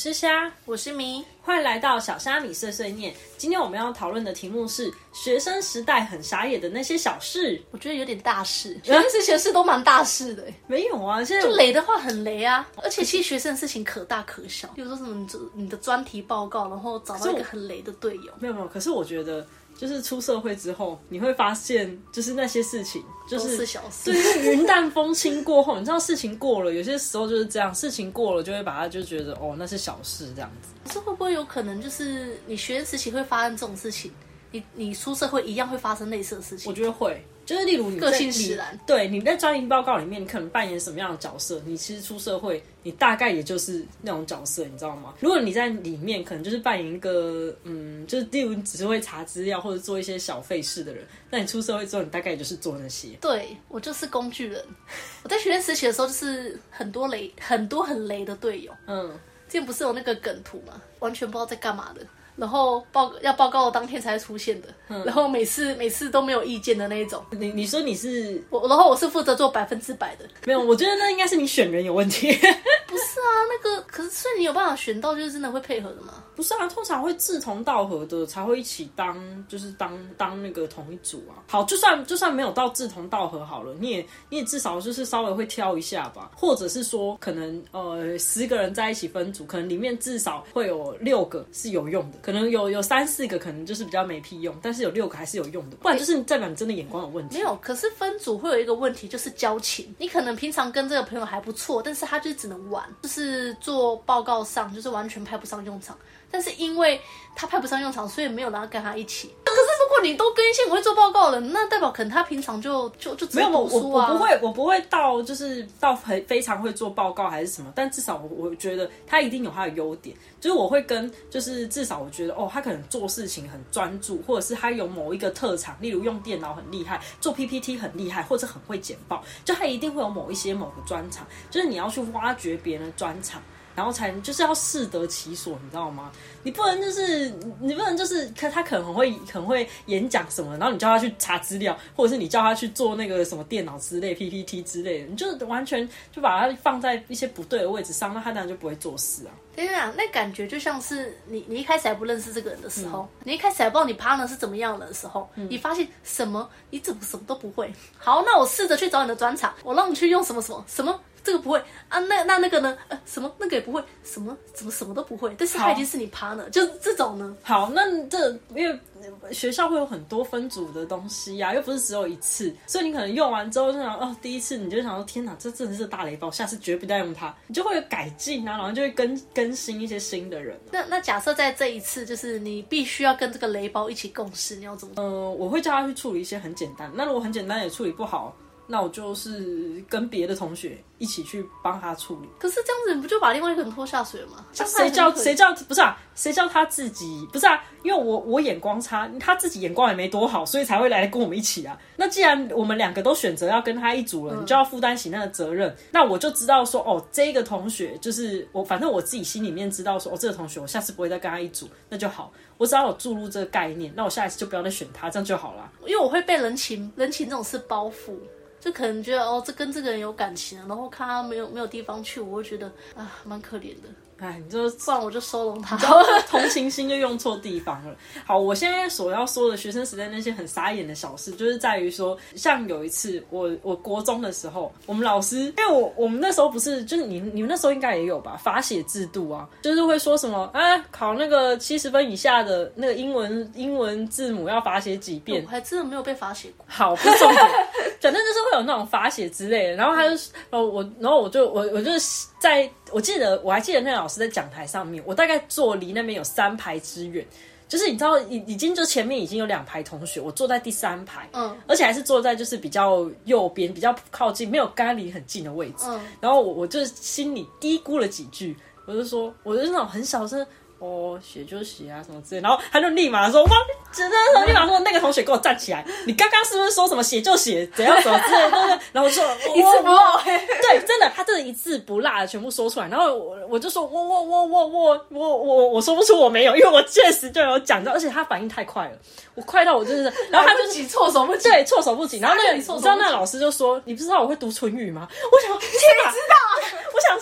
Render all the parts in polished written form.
是虾， 我是咪， 欢迎来到小虾米碎碎念。今天我们要讨论的题目是学生时代很傻眼的那些小事。 我觉得有点大事，学生之前事都蛮大事的。 没有啊，现在就雷的话很雷啊，而且其实学生的事情可大可小，比如说什么你的专题报告，然后找到一个很雷的队友。 没有，可是我觉得就是出社会之后，你会发现，就是那些事情，就是都是小事。 对，云淡风轻过后，你知道事情过了，有些时候就是这样，事情过了就会把它就觉得哦，那是小事这样子。 可是会不会有可能，就是你学生时期会发生这种事情，你出社会一样会发生类似的事情？ 我觉得会。就是例如你个性使然， 对，你在专题报告里面，你可能扮演什么样的角色？你其实出社会，你大概也就是那种角色，你知道吗？如果你在里面可能就是扮演一个就是例如你只是会查资料或者做一些小费事的人，那你出社会之后，你大概也就是做那些。 对，我就是工具人。我在学生时期的时候，就是很多很雷的队友。之前不是有那个梗图吗？完全不知道在干嘛的。然后要报告的当天才会出现的，然后每次都没有意见的那一种。 你说你是然后我是负责做100%的。 没有，我觉得那应该是你选人有问题。 不是啊，那个可是所以你有办法选到就是真的会配合的吗？ 不是啊，通常会志同道合的才会一起当那个同一组啊。好，就算没有到志同道合好了，你也至少就是稍微会挑一下吧，或者是说可能10个人在一起分组，可能里面至少会有6个是有用的，可能有3-4个可能就是比较没屁用，但是有6个还是有用的，不然就是代表你真的眼光有问题。 没有，可是分组会有一个问题，就是交情。你可能平常跟这个朋友还不错，但是他就只能玩，就是做报告上就是完全派不上用场。但是因为他派不上用场，所以没有人要跟他一起。可是如果你都跟一些很会做报告的人，那代表可能他平常就只会读书啊。 我不会到就是到非常会做报告还是什么，但至少我觉得他一定有他的优点。就是我会跟就是至少我觉得他可能做事情很专注，或者是他有某一个特长，例如用电脑很厉害，做 PPT 很厉害，或者很会简报，就他一定会有某个专长，就是你要去挖掘别人的专长。然后才就是要适得其所，你知道吗？你不能就是他可能很会演讲什么，然后你叫他去查资料，或者是你叫他去做那个什么电脑之类 PPT 之类的，你就完全就把他放在一些不对的位置上，那他当然就不会做事啊。 对啊，那感觉就像是你一开始还不认识这个人的时候，你一开始还不知道你 partner 是怎么样的时候，你发现你怎么什么都不会。好，那我试着去找你的专长，我让你去用什么这个不会啊，那个呢？什么那个也不会，怎么什么都不会，但是他已经是你 partner，就是这种呢。 好，那因为学校会有很多分组的东西呀，又不是只有一次，所以你可能用完之后就想第一次你就想说天哪，这真的是大雷包，下次绝不再用它，你就会有改进啊，然后就会更新一些新的人。 那假设在这一次，就是你必须要跟这个雷包一起共事，你要怎么？ 我会叫他去处理一些很简单，那如果很简单也处理不好，那我就是跟别的同学一起去帮他处理。 可是这样子你不就把另外一个人拖下水了吗？ 谁叫不是啊？谁叫他自己不是啊？因为我眼光差，他自己眼光也没多好，所以才会来跟我们一起啊。那既然我们2个都选择要跟他一组了，你就要负担起那个责任。那我就知道说这个同学就是反正我自己心里面知道说这个同学我下次不会再跟他一组，那就好。我只要有注入这个概念，那我下一次就不要再选他，这样就好了。 因为我会被人情这种事包袱。就可能觉得这跟这个人有感情，然后看他没有地方去，我会觉得蛮可怜的。 你就不然我就收容他， 同情心就用错地方了。好，我现在所要说的学生时代那些很傻眼的小事，就是在于说，像有一次我国中的时候，我们老师，因为我们那时候不是就是你们那时候应该也有吧，罚写制度啊，就是会说什么考那个70分以下的那个英文字母要罚写几遍， 我还真的没有被罚写过。 好，不是重点，反正就是会有那种罚写之类的，然后他就我就我还记得那个老师在讲台上面，我大概坐离那边有3排之远，就是你知道已经就前面已经有2排同学，我坐在第3排，而且还是坐在就是比较右边，比较靠近，没有跟他离很近的位置，然后我就心里嘀咕了几句，我就那种很小声。写就写啊，什么之类，然后他就立马说：“哇，立马说那个同学给我站起来！你刚刚是不是说什么写就写，怎样怎么之类的？”然后我说一字不漏， 对，真的，他真的一字不落的全部说出来。然后我就说我说不出我没有，因为我确实就有讲到，而且他反应太快了，我快到我真的，然后他就自己措手不及， 对，措手不及。然后你知道那个老师就说：“你不知道我会读唇语吗？”我想，天哪，我想说。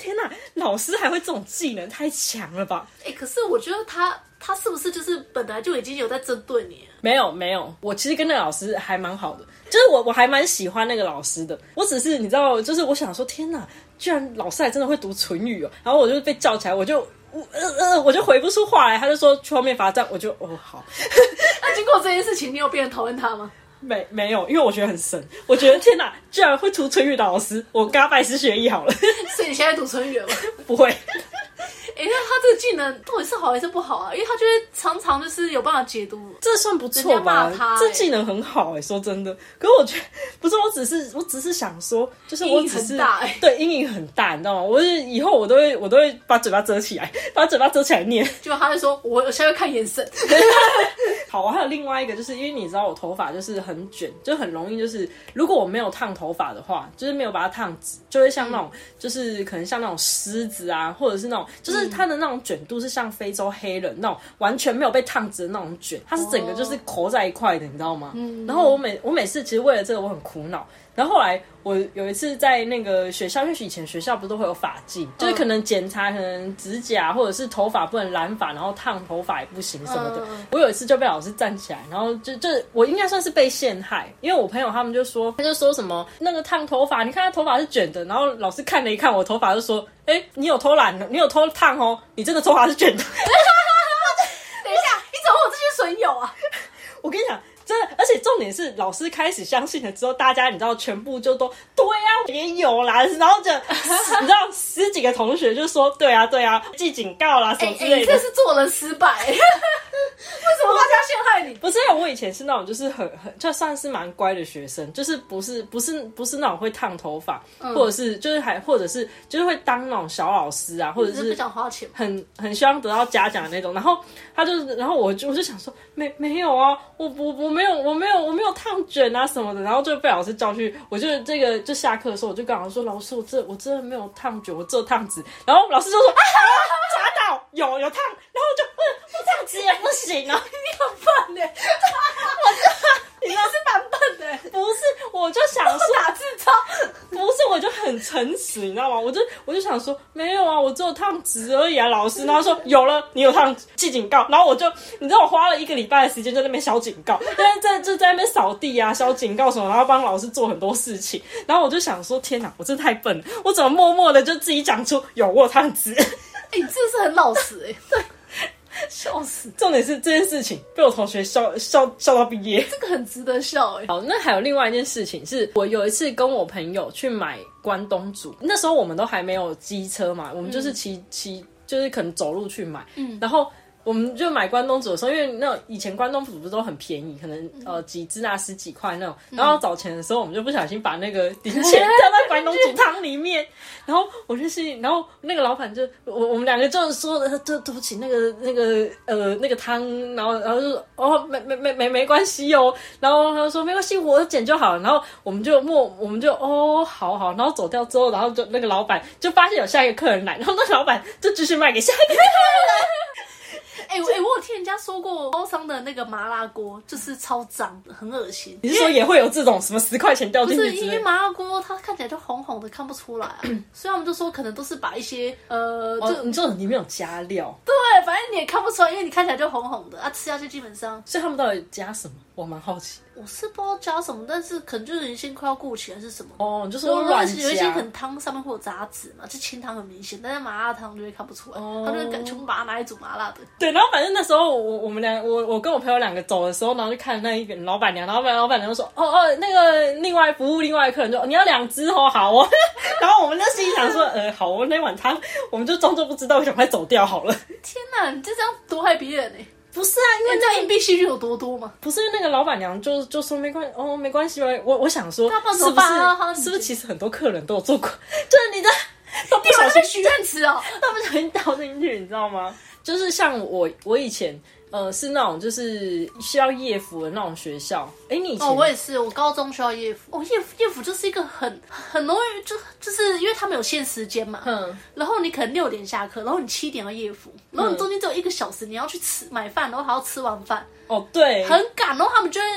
天哪，老师还会这种技能，太强了吧？ 可是我觉得他是不是就是本来就已经有在针对你？ 没有，我其实跟那个老师还蛮好的，就是我还蛮喜欢那个老师的。我只是你知道，就是我想说，天哪，居然老师还真的会读唇语哦。然后我就被叫起来，我就回不出话来，他就说去后面罚站，我就好。 那经过这件事情，你有变得讨厌他吗？ 没有，因为我觉得很神。我觉得天哪，居然会读唇语的老师，我跟他拜师学艺好了。 所以你现在读唇语了吗？ 不会。 那他这个技能到底是好还是不好啊？因为他就会常常就是有办法解读， 这算不错吧？这技能很好说真的。可是我觉得不是，我只是想说，就是我只是对阴影很大，你知道吗？我以后我都会把嘴巴遮起来，把嘴巴遮起来念。 就他就说我现在会看眼神。 好，还有另外一个，就是因为你知道我头发就是很卷，就很容易就是如果我没有烫头发的话，就是没有把它烫直，就会像那种就是可能像那种狮子啊，或者是那种就是它的那种卷度是像非洲黑人那种完全没有被烫直的那种卷，它是整个就是扣在一块的，你知道吗？然后我每次其实为了这个我很苦恼。然后后来我有一次在那个学校，因为以前学校不是都会有发镜，就是可能检查可能指甲或者是头发不能染发，然后烫头发也不行什么的。我有一次就被老师站起来，然后就我应该算是被陷害，因为我朋友他们就说什么那个烫头发，你看他头发是卷的，然后老师看了一看我头发就说，你有偷懒，你有偷烫哦，你真的头发是卷的。 等一下，你怎么有这些损友啊？ 我跟你讲。真的，而且重点是老师开始相信了之后，大家你知道全部就都对啊，也有啦，然后就你知道10几个同学就说对啊，记警告啦什么之类的。 这是做人失败。为什么大家陷害你？ 不是，我以前是那种就是很就算是蛮乖的学生，就是不是那种会烫头发，或者是就是会当那种小老师啊，或者是不想花钱， 很希望得到嘉奖的那种。然后我就想说没有啊，我没有烫卷啊什么的，然后就被老师叫去。我就这个就下课的时候，我就跟老师说，老师我真的没有烫卷，我只有烫直。然后老师就说查到有烫，然后就不烫直也不行啊。 你很笨耶！你是蛮笨的耶。 不是，我就想说打字抄， 不是，我就很诚实，你知道吗？我就想说没有啊，我只有烫直而已啊，老师。然后说有了，你有烫记警告。然后我就你知道我花了1个礼拜的时间在那边消警告，在那边扫地啊、消警告什么，然后帮老师做很多事情。然后我就想说天哪，我真的太笨了，我怎么默默的就自己讲出有我有烫直？ 你真的是很老实对。笑死！ 重点是这件事情被我同学笑到毕业， 这个很值得笑好，那还有另外一件事情是，我有一次跟我朋友去买关东煮，那时候我们都还没有机车嘛，我们就是骑就是可能走路去买，然后我们就买关东煮的时候，因为那种以前关东煮不是都很便宜，可能几只啊10几块那种，然后找钱的时候，我们就不小心把那个零钱掉到关东煮汤里面，然后我就是，然后那个老板就我们两个就说对不起那个汤，然后就说没关系哦，然后他就说没关系，我捡就好了，然后我们就好，然后走掉之后，然后就那个老板就发现有下一个客人来，然后那个老板就继续卖给下一个客人。 我有听人家说过，包商的那个麻辣锅就是超脏的，很恶心。 你是说也会有这种什么10块钱掉进去之类的？ 不是，因为麻辣锅它看起来就红红的，看不出来啊。所以他们就说可能都是把一些你这种里面有加料。 对，反正你也看不出来，因为你看起来就红红的啊，吃下去基本上。 所以他们到底加什么？我蛮好奇。 我是不知道加什么，但是可能就是原先快要过期还是什么。 哦，就是乱加。 有一些可能汤上面会有杂质嘛，就清汤很明显，但是麻辣汤就会看不出来。他们就全部把它拿来煮麻辣的。对， 然后反正那时候我跟我朋友2个走的时候，然后就看那一个老板娘，然后老板娘就说那个另外服务另外一个客人就你要2只哦，好哦。然后我们那心里想说好哦，那碗汤我们就装作不知道，赶快走掉好了。 天哪，你就这样毒害别人欸。 不是啊，因为这硬币细菌有多多吗？ 不是，那个老板娘就说没关系吧。我想说，是不是其实很多客人都有做过，就是你的都不小心许愿池哦， 都不小心倒进去，你知道吗？就是像我以前是那种就是需要夜辅的那种学校。你以前我也是，我高中需要夜辅。夜辅就是一个很容易就是因为他们有限时间嘛，然后你可能6点下课，然后你7点要夜辅，然后你中间只有1个小时，你要去买饭，然后还要吃完饭。 对， 很赶，然后他们就会那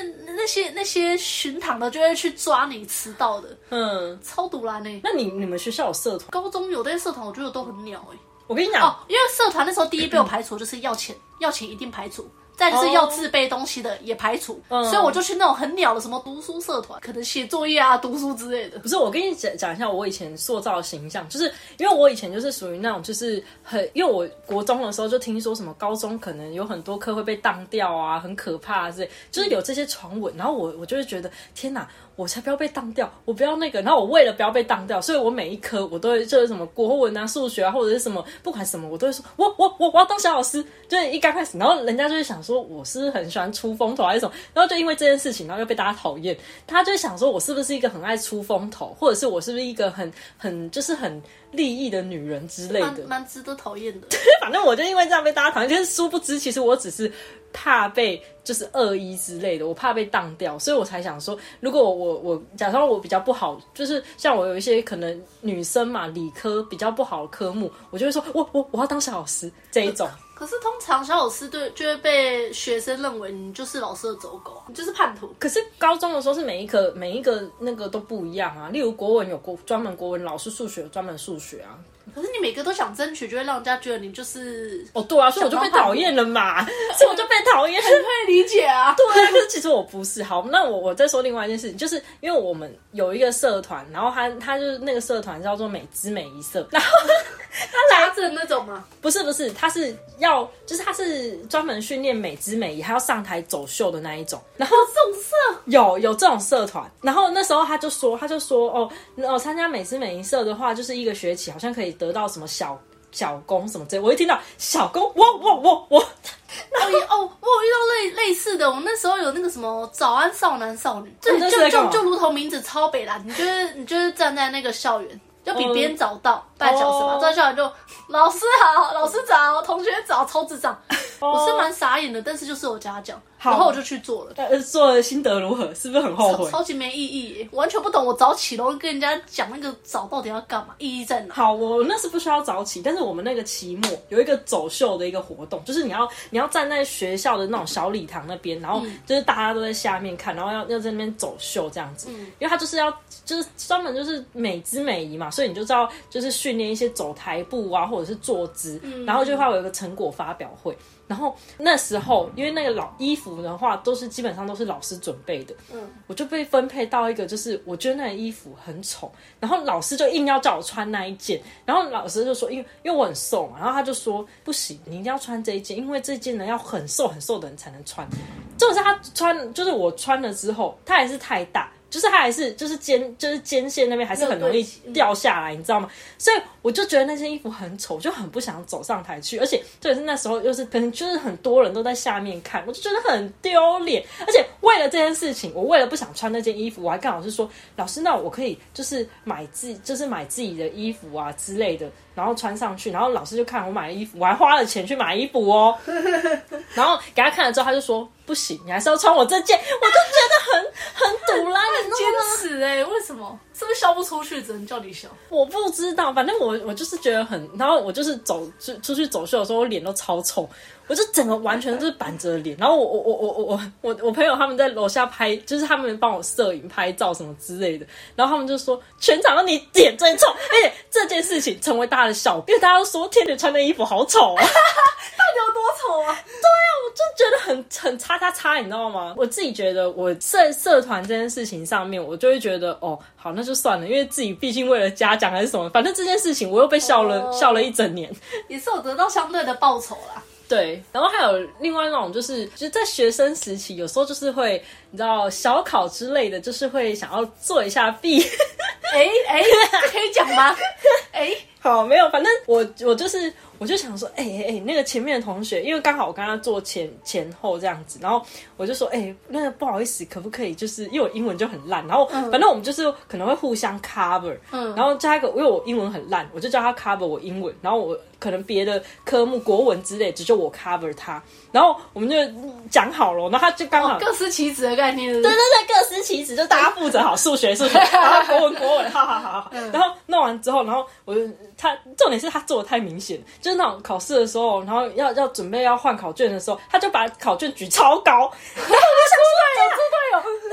那些巡堂的就会去抓你迟到的，超毒烂欸。 那你们学校有社团？ 高中有那些社团，我觉得都很鸟欸。 我跟你讲因为社团那时候第一被我排除就是要钱一定排除。再就是要自备东西的也排除，所以我就去那种很鸟的什么读书社团，可能写作业啊、读书之类的。 不是，我跟你讲一下我以前塑造的形象，就是因为我以前就是属于那种就是因为我国中的时候就听说什么高中可能有很多课会被当掉啊，很可怕之类，就是有这些传闻，然后我就会觉得天哪，我才不要被当掉，我不要那个，然后我为了不要被当掉，所以我每一科我都会就是什么国文啊、数学啊，或者是什么不管什么，我都会说我要当小老师，就是一刚开始，然后人家就会想说我是不是很喜欢出风头还是什么，然后就因为这件事情，然后又被大家讨厌，他就会想说我是不是一个很爱出风头，或者是我是不是一个很就是很利益的女人之类的， 蛮值得讨厌的。 反正我就因为这样被大家讨厌，但是殊不知其实我只是怕被就是恶意之类的，我怕被当掉，所以我才想说，如果我假装我比较不好，就是像我有一些可能女生嘛，理科比较不好的科目，我就会说我要当小老师这一种。 可是通常小老师就会被学生认为你就是老师的走狗，你就是叛徒。 可是高中的时候是每一个那个都不一样啊，例如国文有专门国文老师，数学有专门数学啊。 可是你每个都想争取，就会让人家觉得你就是对啊，所以我就被讨厌了嘛，所以我就被讨厌， 很可以理解啊。 对啊，可是其实我不是。好，那我再说另外一件事情，就是因为我们有一个社团，然后他就是那个社团叫做美姿美仪社，然后他来着那种吗？ 不是，他是他是专门训练美姿美仪，还要上台走秀的那一种。然后这种社有这种社团，然后那时候他就说参加美姿美仪社的话，就是一个学期好像可以得到什么小功什么之类。我一听到小功，我我有遇到类似的，我那时候有那个什么早安少男少女，就如同名字超北蓝，你就是站在那个校园。就比别人早到半小时嘛，站校园就老师好，老师早，同学早，超智障。我是蛮傻眼的，但是就是有家教，然后我就去做了。 做的心得如何？是不是很后悔？ 超级没意义耶，完全不懂。我早起然后跟人家讲那个早到底要干嘛，意义在哪？ 好，我那是不需要早起，但是我们那个期末有一个走秀的一个活动，就是你要站在学校的那种小礼堂那边，然后就是大家都在下面看，然后要在那边走秀这样子。因为他就是专门就是美姿美仪嘛，所以你就知道就是训练一些走台步啊，或者是坐姿，然后就会有一个成果发表会。然后那时候因为那个衣服的话基本上都是老师准备的，我就被分配到一个就是我觉得那个衣服很丑，然后老师就硬要叫我穿那一件，然后老师就说因为我很瘦嘛，然后他就说不行，你一定要穿这一件，因为这件呢要很瘦很瘦的人才能穿。重点是他穿，就是我穿了之后他还是太大，就是它还是就是肩线那边还是很容易掉下来，你知道吗？所以我就觉得那件衣服很丑，就很不想走上台去，而且这也是那时候又是可能就是很多人都在下面看，我就觉得很丢脸。而且为了这件事情，我为了不想穿那件衣服，我还跟老师说，老师，那我可以就是买自己的衣服啊之类的，然后穿上去。然后老师就看我买的衣服，我还花了钱去买衣服哦。然后给他看了之后，他就说不行，你还是要穿我这件。我就觉得很堵啦，你坚持为什么？是不是笑不出去，只能叫你笑？ 我不知道，反正我就是觉得很，然后我就是出去走秀的时候，我脸都超臭，我就整个完全就是板着脸。然后我朋友他们在楼下拍，就是他们帮我摄影拍照什么之类的，然后他们就说全场让你脸最臭，而且这件事情成为大家的笑柄，因为大家都说天女穿的衣服好丑啊，到底有多丑啊？ 对啊，我就觉得很叉，你知道吗？我自己觉得我社团这件事情上面，我就会觉得好，那就算了，因为自己毕竟为了嘉奖还是什么，反正这件事情我又被笑了一整年， 也是有得到相对的报酬啦。 对，然后还有另外那种就是在学生时期，有时候就是会你知道小考之类的，就是会想要做一下弊。 可以讲吗？ 好，没有，反正我就想说，那个前面的同学，因为刚好我跟他坐前后这样子，然后我就说，那个不好意思，可不可以就是因为我英文就很烂，然后反正我们就是可能会互相 cover，然后加一个，因为我英文很烂，我就叫他 cover 我英文，然后我可能别的科目国文之类，只就我 cover 他，然后我们就讲好了，然后他就刚好各司其职的概念， 对，各司其职，就大家负责好数学，然后国文，好，然后弄完之后，然后他重点是他做的太明显，就是那种考试的时候，然后要准备要换考卷的时候，他就把考卷举超高，然后我就想说，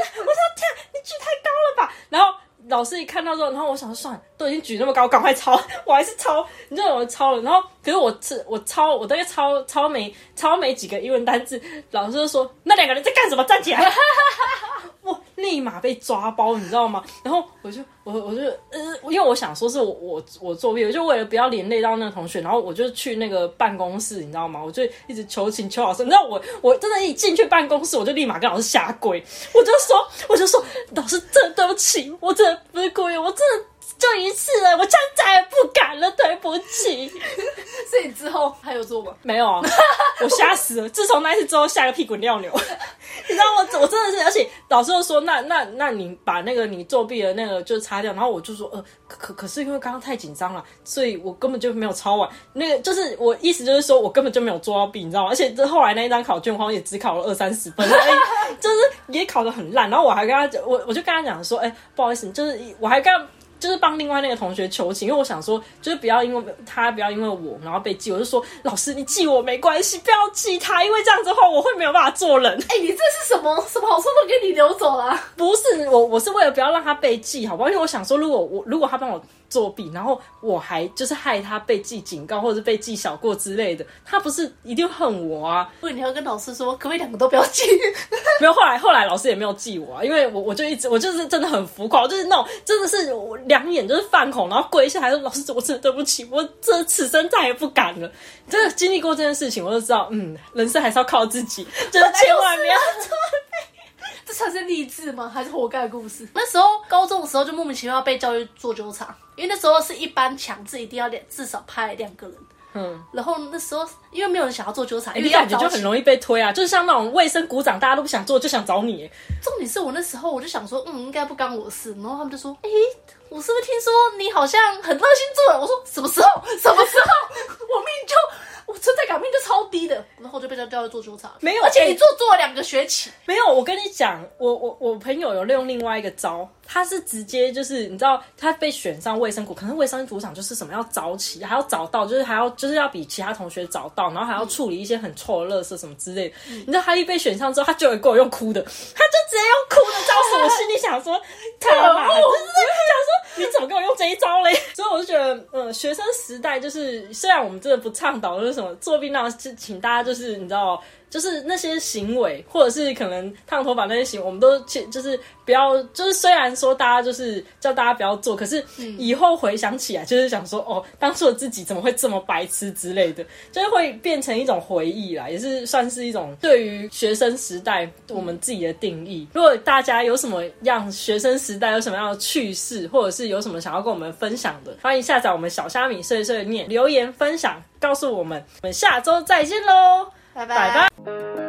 老师一看到之后，然后我想说算了，都已经举那么高，赶快抄，我还是抄，你知道我抄了，然后可是我大概抄没几个英文单字，老师就说那2个人在干什么，站起来。我立马被抓包，你知道吗？然后我就因为我想说是我作弊，我就为了不要连累到那个同学，然后我就去那个办公室，你知道吗？我就一直求情求老师，你知道我真的一进去办公室，我就立马跟老师下跪，我就说老师真的对不起，我真的不是故意，我真的就一次了，我这样再也不敢了，对不起。 所以你之后还有做吗？ 没有啊，我吓死了。自从那一次之后，吓个屁滚尿流。你知道我真的是，而且老师就说，那你把那个你作弊的那个就擦掉，然后我就说，可是因为刚刚太紧张了，所以我根本就没有抄完。那个就是我意思就是说我根本就没有做到弊，你知道吗？而且后来那一张考卷好像也只考了20-30分，就是也考得很烂。然后我还跟他讲，我就跟他讲说，不好意思，就是我还跟他。就是帮另外那个同学求情，因为我想说，就是不要因为我，然后被记。我就说，老师你记我没关系，不要记他，因为这样子的话我会没有办法做人。 你这是什么好处都给你留走了？ 不是我是为了不要让他被记，好不好？因为我想说，如果他帮我作弊，然后我还就是害他被记警告或者是被记小过之类的，他不是一定恨我啊？ 不，你要跟老师说，可不可以2个都不要记？ 没有，后来老师也没有记我啊，因为我就是真的很浮夸，就是那种真的是我2眼就是泛红，然后跪下来说老师，我真的对不起，我这此生再也不敢了。真的经历过这件事情，我就知道，人生还是要靠自己，就是千万不要作弊。 这才是励志吗？还是活该的故事？那时候高中的时候就莫名其妙被教育做纠察，因为那时候是一般强制一定要至少派2个人。然后那时候因为没有人想要做纠察， 你感觉就很容易被推啊，就是像那种卫生股长，大家都不想做，就想找你。 重点是我那时候我就想说，应该不干我事。然后他们就说，我是不是听说你好像很热心做人？我说什么时候？我存在感命就超低的，然后就被叫去做纠察。 没有， 而且你做了2个学期。 没有，我跟你讲，我朋友有利用另外一个招，他是直接就是你知道，他被选上卫生股，可能卫生股长就是什么要早起，还要早到，就是要比其他同学早到，然后还要处理一些很臭的垃圾什么之类的。你知道他一被选上之后，他就有跟我用哭的，他就直接用哭的招数，我心里想说，他妈，就是想说你怎么跟我用这一招嘞？所以我就觉得，学生时代就是虽然我们真的不倡导就是什么作弊那种，请大家就是你知道。就是那些行为，或者是可能烫头发那些行为，我们都就是不要，就是虽然说大家就是叫大家不要做，可是以后回想起来，就是想说当初的自己怎么会这么白痴之类的，就是会变成一种回忆啦，也是算是一种对于学生时代我们自己的定义。如果大家有什么样学生时代有什么样的趣事，或者是有什么想要跟我们分享的，欢迎下载我们小虾米碎碎念留言分享，告诉我们。我们下周再见喽！ 拜拜。